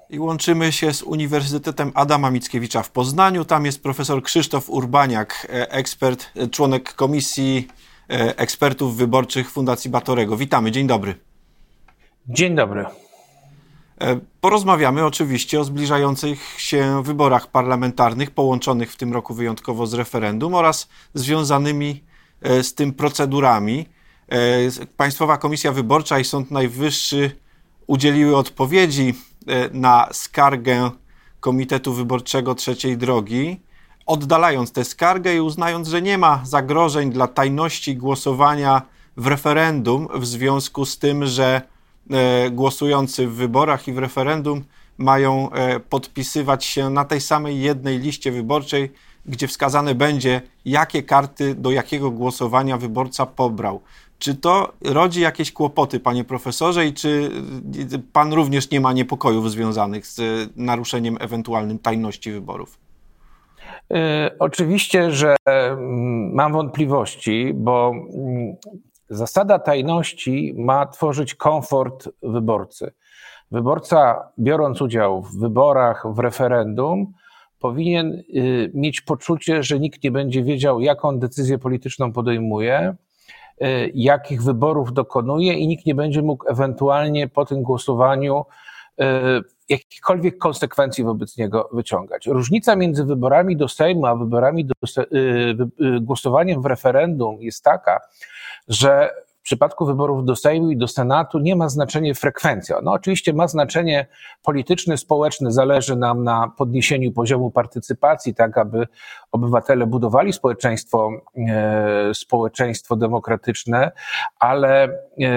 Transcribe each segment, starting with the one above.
I łączymy się z Uniwersytetem Adama Mickiewicza w Poznaniu. Tam jest profesor Krzysztof Urbaniak, ekspert, członek Komisji Ekspertów Wyborczych Fundacji Batorego. Witamy, dzień dobry. Dzień dobry. Porozmawiamy oczywiście o zbliżających się wyborach parlamentarnych, połączonych w tym roku wyjątkowo z referendum oraz związanymi z tym procedurami. Państwowa Komisja Wyborcza i Sąd Najwyższy udzieliły odpowiedzi na skargę Komitetu Wyborczego Trzeciej Drogi, oddalając tę skargę i uznając, że nie ma zagrożeń dla tajności głosowania w referendum w związku z tym, że głosujący w wyborach i w referendum mają podpisywać się na tej samej jednej liście wyborczej, gdzie wskazane będzie, jakie karty do jakiego głosowania wyborca pobrał. Czy to rodzi jakieś kłopoty, panie profesorze, i czy pan również nie ma niepokojów związanych z naruszeniem ewentualnym tajności wyborów? Oczywiście, że mam wątpliwości, bo zasada tajności ma tworzyć komfort wyborcy. Wyborca, biorąc udział w wyborach, w referendum, powinien mieć poczucie, że nikt nie będzie wiedział, jaką decyzję polityczną podejmuje, jakich wyborów dokonuje i nikt nie będzie mógł ewentualnie po tym głosowaniu jakichkolwiek konsekwencji wobec niego wyciągać. Różnica między wyborami do Sejmu a wyborami głosowaniem w referendum jest taka, że w przypadku wyborów do Sejmu i do Senatu nie ma znaczenia frekwencja. No oczywiście ma znaczenie polityczne, społeczne, zależy nam na podniesieniu poziomu partycypacji, tak aby obywatele budowali społeczeństwo demokratyczne, ale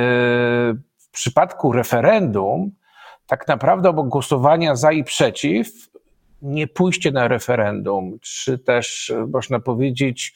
w przypadku referendum tak naprawdę obok głosowania za i przeciw, nie pójście na referendum, czy też można powiedzieć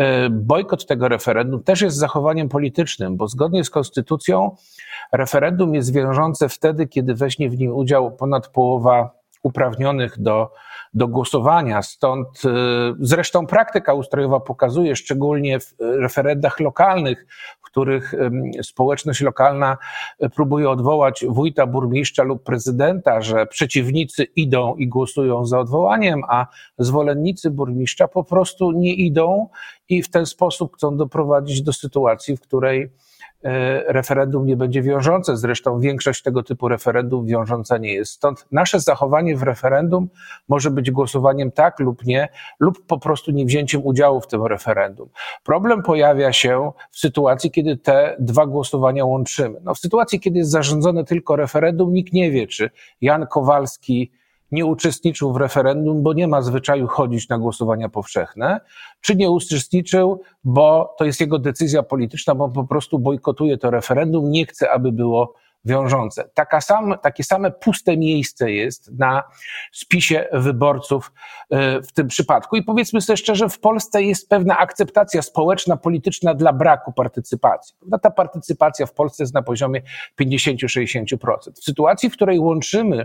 bojkot tego referendum też jest zachowaniem politycznym, bo zgodnie z konstytucją referendum jest wiążące wtedy, kiedy weźmie w nim udział ponad połowa uprawnionych do głosowania. Stąd zresztą praktyka ustrojowa pokazuje, szczególnie w referendach lokalnych, w których społeczność lokalna próbuje odwołać wójta, burmistrza lub prezydenta, że przeciwnicy idą i głosują za odwołaniem, a zwolennicy burmistrza po prostu nie idą i w ten sposób chcą doprowadzić do sytuacji, w której referendum nie będzie wiążące. Zresztą większość tego typu referendum wiążąca nie jest. Stąd nasze zachowanie w referendum może być głosowaniem tak lub nie, lub po prostu nie wzięciem udziału w tym referendum. Problem pojawia się w sytuacji, kiedy te dwa głosowania łączymy. No, w sytuacji, kiedy jest zarządzone tylko referendum, nikt nie wie, czy Jan Kowalski nie uczestniczył w referendum, bo nie ma zwyczaju chodzić na głosowania powszechne, czy nie uczestniczył, bo to jest jego decyzja polityczna, bo po prostu bojkotuje to referendum, nie chce, aby było wiążące. Takie same puste miejsce jest na spisie wyborców w tym przypadku. I powiedzmy sobie szczerze, w Polsce jest pewna akceptacja społeczna, polityczna dla braku partycypacji. Ta partycypacja w Polsce jest na poziomie 50-60%. W sytuacji, w której łączymy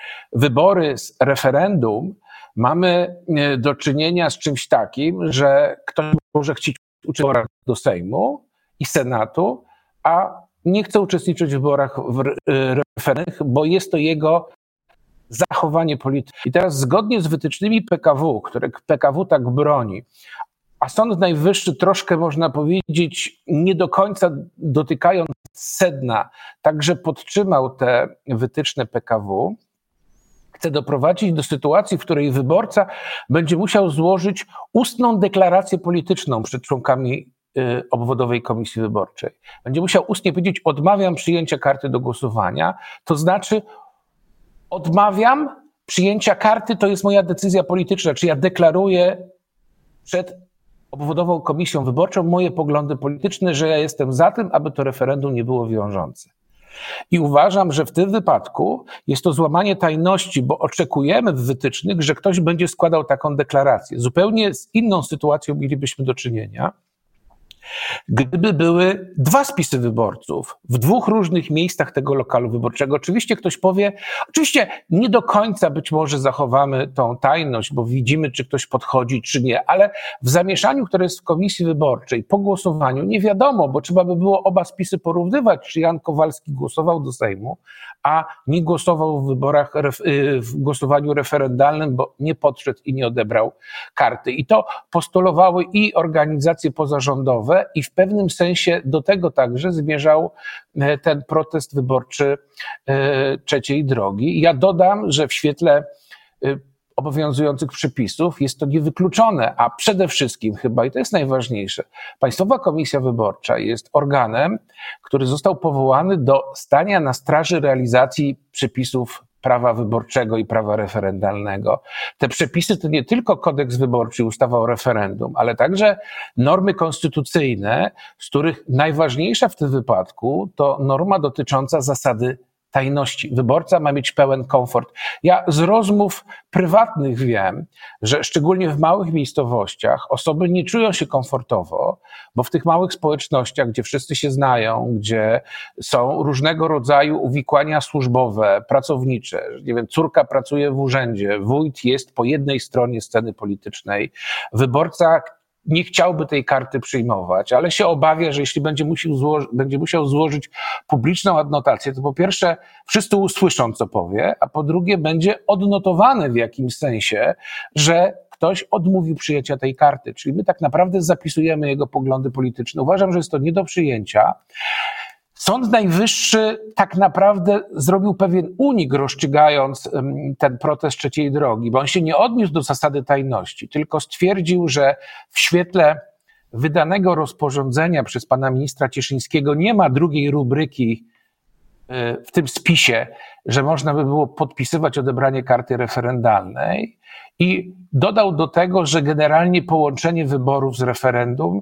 wybory z referendum, mamy do czynienia z czymś takim, że ktoś może chcieć uczestniczyć do Sejmu i Senatu, a nie chce uczestniczyć w wyborach referendum, bo jest to jego zachowanie polityczne. I teraz zgodnie z wytycznymi PKW, które PKW tak broni, a Sąd Najwyższy troszkę, można powiedzieć, nie do końca dotykając sedna, także podtrzymał te wytyczne PKW, chce doprowadzić do sytuacji, w której wyborca będzie musiał złożyć ustną deklarację polityczną przed członkami obwodowej komisji wyborczej. Będzie musiał ustnie powiedzieć: odmawiam przyjęcia karty do głosowania, to znaczy odmawiam przyjęcia karty, to jest moja decyzja polityczna, czy ja deklaruję przed obwodową komisją wyborczą moje poglądy polityczne, że ja jestem za tym, aby to referendum nie było wiążące. I uważam, że w tym wypadku jest to złamanie tajności, bo oczekujemy w wytycznych, że ktoś będzie składał taką deklarację. Zupełnie z inną sytuacją mielibyśmy do czynienia, gdyby były dwa spisy wyborców w dwóch różnych miejscach tego lokalu wyborczego. Oczywiście ktoś powie, oczywiście nie do końca być może zachowamy tą tajność, bo widzimy, czy ktoś podchodzi, czy nie, ale w zamieszaniu, które jest w komisji wyborczej, po głosowaniu nie wiadomo, bo trzeba by było oba spisy porównywać, czy Jan Kowalski głosował do Sejmu, a nie głosował w wyborach, w głosowaniu referendalnym, bo nie podszedł i nie odebrał karty. I to postulowały i organizacje pozarządowe i w pewnym sensie do tego także zmierzał ten protest wyborczy trzeciej drogi. Ja dodam, że w świetle obowiązujących przepisów jest to niewykluczone, a przede wszystkim chyba, i to jest najważniejsze, Państwowa Komisja Wyborcza jest organem, który został powołany do stania na straży realizacji przepisów prawa wyborczego i prawa referendalnego. Te przepisy to nie tylko kodeks wyborczy, ustawa o referendum, ale także normy konstytucyjne, z których najważniejsza w tym wypadku to norma dotycząca zasady tajności. Wyborca ma mieć pełen komfort. Ja z rozmów prywatnych wiem, że szczególnie w małych miejscowościach osoby nie czują się komfortowo, bo w tych małych społecznościach, gdzie wszyscy się znają, gdzie są różnego rodzaju uwikłania służbowe, pracownicze, nie wiem, córka pracuje w urzędzie, wójt jest po jednej stronie sceny politycznej, wyborca nie chciałby tej karty przyjmować, ale się obawia, że jeśli będzie musiał złożyć publiczną adnotację, to po pierwsze wszyscy usłyszą, co powie, a po drugie będzie odnotowane w jakimś sensie, że ktoś odmówił przyjęcia tej karty. Czyli my tak naprawdę zapisujemy jego poglądy polityczne. Uważam, że jest to nie do przyjęcia. Sąd Najwyższy tak naprawdę zrobił pewien unik, rozstrzygając ten protest trzeciej drogi, bo on się nie odniósł do zasady tajności, tylko stwierdził, że w świetle wydanego rozporządzenia przez pana ministra Cieszyńskiego nie ma drugiej rubryki w tym spisie, że można by było podpisywać odebranie karty referendalnej i dodał do tego, że generalnie połączenie wyborów z referendum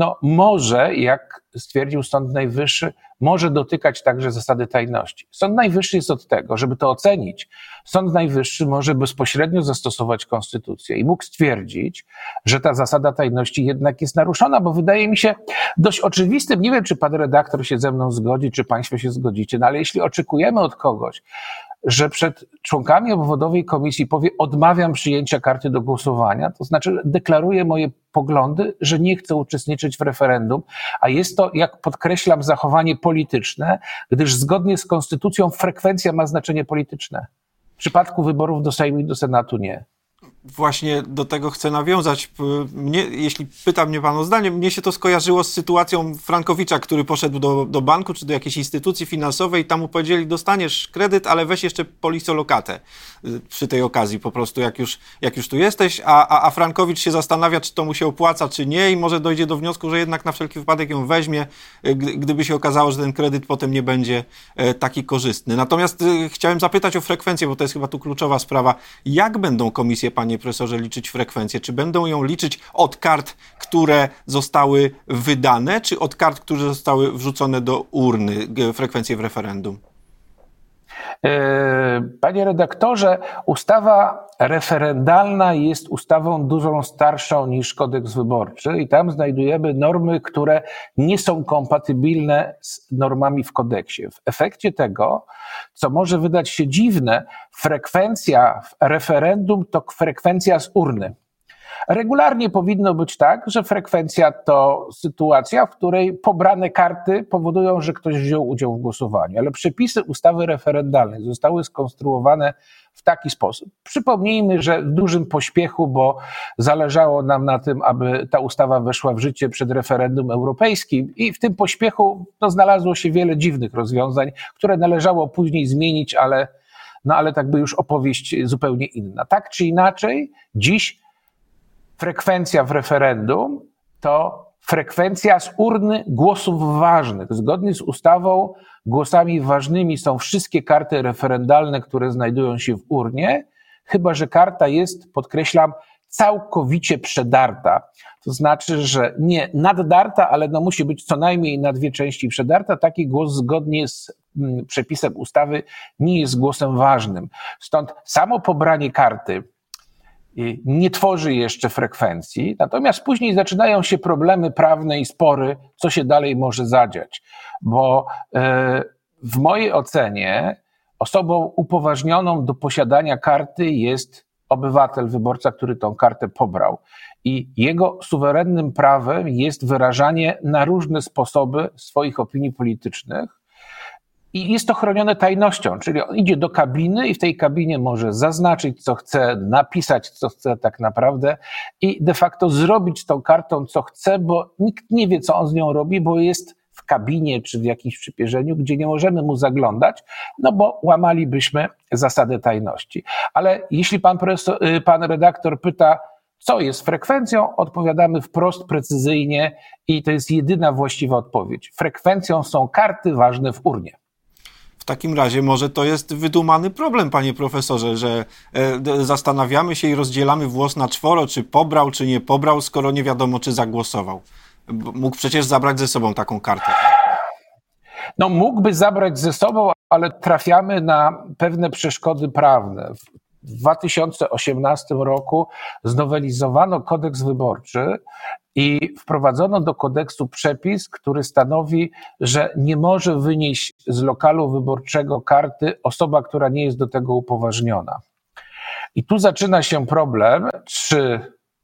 może, jak stwierdził Sąd Najwyższy, może dotykać także zasady tajności. Sąd Najwyższy jest od tego, żeby to ocenić. Sąd Najwyższy może bezpośrednio zastosować konstytucję i mógł stwierdzić, że ta zasada tajności jednak jest naruszona, bo wydaje mi się dość oczywistym, nie wiem, czy pan redaktor się ze mną zgodzi, czy państwo się zgodzicie, ale jeśli oczekujemy od kogoś, że przed członkami obwodowej komisji powie: odmawiam przyjęcia karty do głosowania, to znaczy deklaruje moje poglądy, że nie chce uczestniczyć w referendum, a jest to, jak podkreślam, zachowanie polityczne, gdyż zgodnie z konstytucją frekwencja ma znaczenie polityczne. W przypadku wyborów do Sejmu i do Senatu nie. Właśnie do tego chcę nawiązać. Jeśli pyta mnie pan o zdanie, mnie się to skojarzyło z sytuacją Frankowicza, który poszedł do banku czy do jakiejś instytucji finansowej i tam mu powiedzieli: dostaniesz kredyt, ale weź jeszcze policolokatę przy tej okazji po prostu, jak już tu jesteś, a Frankowicz się zastanawia, czy to mu się opłaca, czy nie, i może dojdzie do wniosku, że jednak na wszelki wypadek ją weźmie, gdyby się okazało, że ten kredyt potem nie będzie taki korzystny. Natomiast chciałem zapytać o frekwencję, bo to jest chyba tu kluczowa sprawa. Jak będą komisje, panie profesorze, liczyć frekwencję? Czy będą ją liczyć od kart, które zostały wydane, czy od kart, które zostały wrzucone do urny, frekwencję w referendum? Panie redaktorze, ustawa referendalna jest ustawą dużo starszą niż kodeks wyborczy i tam znajdujemy normy, które nie są kompatybilne z normami w kodeksie. W efekcie tego, co może wydać się dziwne, frekwencja w referendum to frekwencja z urny. Regularnie powinno być tak, że frekwencja to sytuacja, w której pobrane karty powodują, że ktoś wziął udział w głosowaniu, ale przepisy ustawy referendalnej zostały skonstruowane w taki sposób. Przypomnijmy, że w dużym pośpiechu, bo zależało nam na tym, aby ta ustawa weszła w życie przed referendum europejskim i w tym pośpiechu znalazło się wiele dziwnych rozwiązań, które należało później zmienić, ale tak by już opowieść zupełnie inna. Tak czy inaczej, dziś frekwencja w referendum to frekwencja z urny głosów ważnych. Zgodnie z ustawą głosami ważnymi są wszystkie karty referendalne, które znajdują się w urnie, chyba że karta jest, podkreślam, całkowicie przedarta. To znaczy, że nie naddarta, ale musi być co najmniej na dwie części przedarta. Taki głos zgodnie z przepisem ustawy nie jest głosem ważnym. Stąd samo pobranie karty nie tworzy jeszcze frekwencji, natomiast później zaczynają się problemy prawne i spory, co się dalej może zadziać, bo w mojej ocenie osobą upoważnioną do posiadania karty jest obywatel, wyborca, który tą kartę pobrał i jego suwerennym prawem jest wyrażanie na różne sposoby swoich opinii politycznych I jest to chronione tajnością, czyli on idzie do kabiny i w tej kabinie może zaznaczyć, co chce, napisać, co chce tak naprawdę i de facto zrobić z tą kartą, co chce, bo nikt nie wie, co on z nią robi, bo jest w kabinie czy w jakimś przypierzeniu, gdzie nie możemy mu zaglądać, no bo łamalibyśmy zasadę tajności. Ale jeśli pan redaktor pyta, co jest frekwencją, odpowiadamy wprost, precyzyjnie i to jest jedyna właściwa odpowiedź. Frekwencją są karty ważne w urnie. W takim razie może to jest wydumany problem, panie profesorze, że zastanawiamy się i rozdzielamy włos na czworo, czy pobrał, czy nie pobrał, skoro nie wiadomo, czy zagłosował. Mógł przecież zabrać ze sobą taką kartę. No mógłby zabrać ze sobą, ale trafiamy na pewne przeszkody prawne. W 2018 roku znowelizowano kodeks wyborczy i wprowadzono do kodeksu przepis, który stanowi, że nie może wynieść z lokalu wyborczego karty osoba, która nie jest do tego upoważniona. I tu zaczyna się problem, czy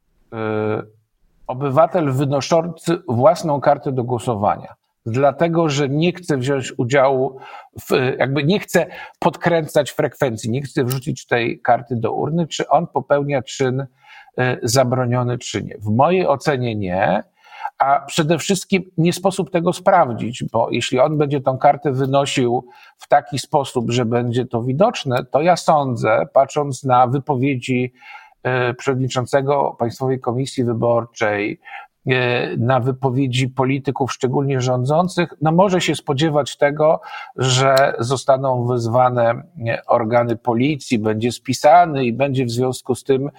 obywatel wynoszący własną kartę do głosowania, dlatego że nie chce wziąć udziału, nie chce podkręcać frekwencji, nie chce wrzucić tej karty do urny, czy on popełnia czyn zabroniony, czy nie. W mojej ocenie nie, a przede wszystkim nie sposób tego sprawdzić, bo jeśli on będzie tą kartę wynosił w taki sposób, że będzie to widoczne, to ja sądzę, patrząc na wypowiedzi przewodniczącego Państwowej Komisji Wyborczej, na wypowiedzi polityków, szczególnie rządzących, no może się spodziewać tego, że zostaną wezwane organy policji, będzie spisany i będzie w związku z tym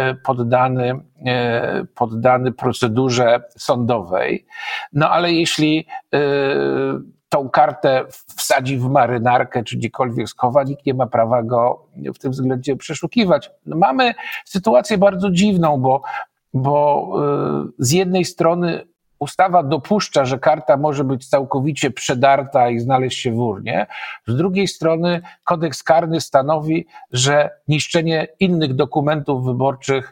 poddany procedurze sądowej. No ale jeśli tą kartę wsadzi w marynarkę, czy gdziekolwiek schowa, nikt nie ma prawa go w tym względzie przeszukiwać. No mamy sytuację bardzo dziwną, bo z jednej strony ustawa dopuszcza, że karta może być całkowicie przedarta i znaleźć się w urnie. Z drugiej strony kodeks karny stanowi, że niszczenie innych dokumentów wyborczych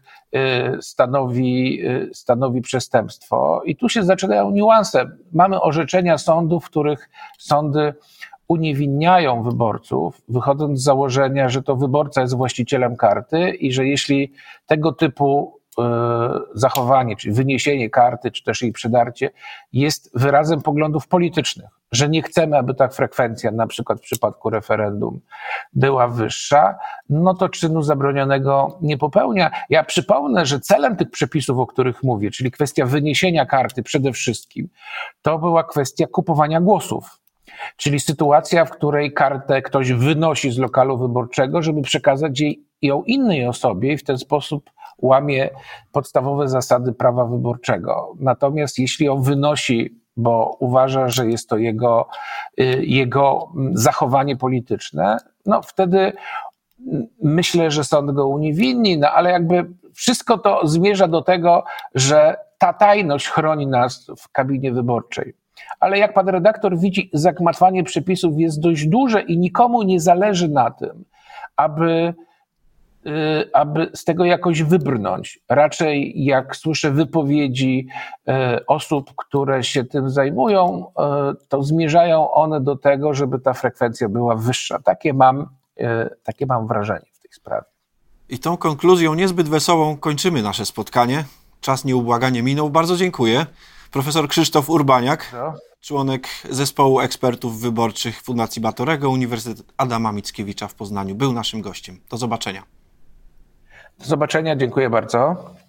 stanowi przestępstwo. I tu się zaczynają niuanse. Mamy orzeczenia sądów, w których sądy uniewinniają wyborców, wychodząc z założenia, że to wyborca jest właścicielem karty i że jeśli tego typu zachowanie, czyli wyniesienie karty, czy też jej przedarcie jest wyrazem poglądów politycznych, że nie chcemy, aby ta frekwencja, na przykład w przypadku referendum, była wyższa, no to czynu zabronionego nie popełnia. Ja przypomnę, że celem tych przepisów, o których mówię, czyli kwestia wyniesienia karty przede wszystkim, to była kwestia kupowania głosów. Czyli sytuacja, w której kartę ktoś wynosi z lokalu wyborczego, żeby przekazać ją innej osobie i w ten sposób łamie podstawowe zasady prawa wyborczego. Natomiast jeśli ją wynosi, bo uważa, że jest to jego zachowanie polityczne, no wtedy myślę, że sąd go uniewinni, no ale jakby wszystko to zmierza do tego, że ta tajność chroni nas w kabinie wyborczej. Ale jak pan redaktor widzi, zagmatwanie przepisów jest dość duże i nikomu nie zależy na tym, aby z tego jakoś wybrnąć. Raczej jak słyszę wypowiedzi osób, które się tym zajmują, to zmierzają one do tego, żeby ta frekwencja była wyższa. Takie mam wrażenie w tej sprawie. I tą konkluzją niezbyt wesołą kończymy nasze spotkanie. Czas nieubłaganie minął. Bardzo dziękuję. Profesor Krzysztof Urbaniak, członek zespołu ekspertów wyborczych Fundacji Batorego, Uniwersytet Adama Mickiewicza w Poznaniu, był naszym gościem. Do zobaczenia. Do zobaczenia, dziękuję bardzo.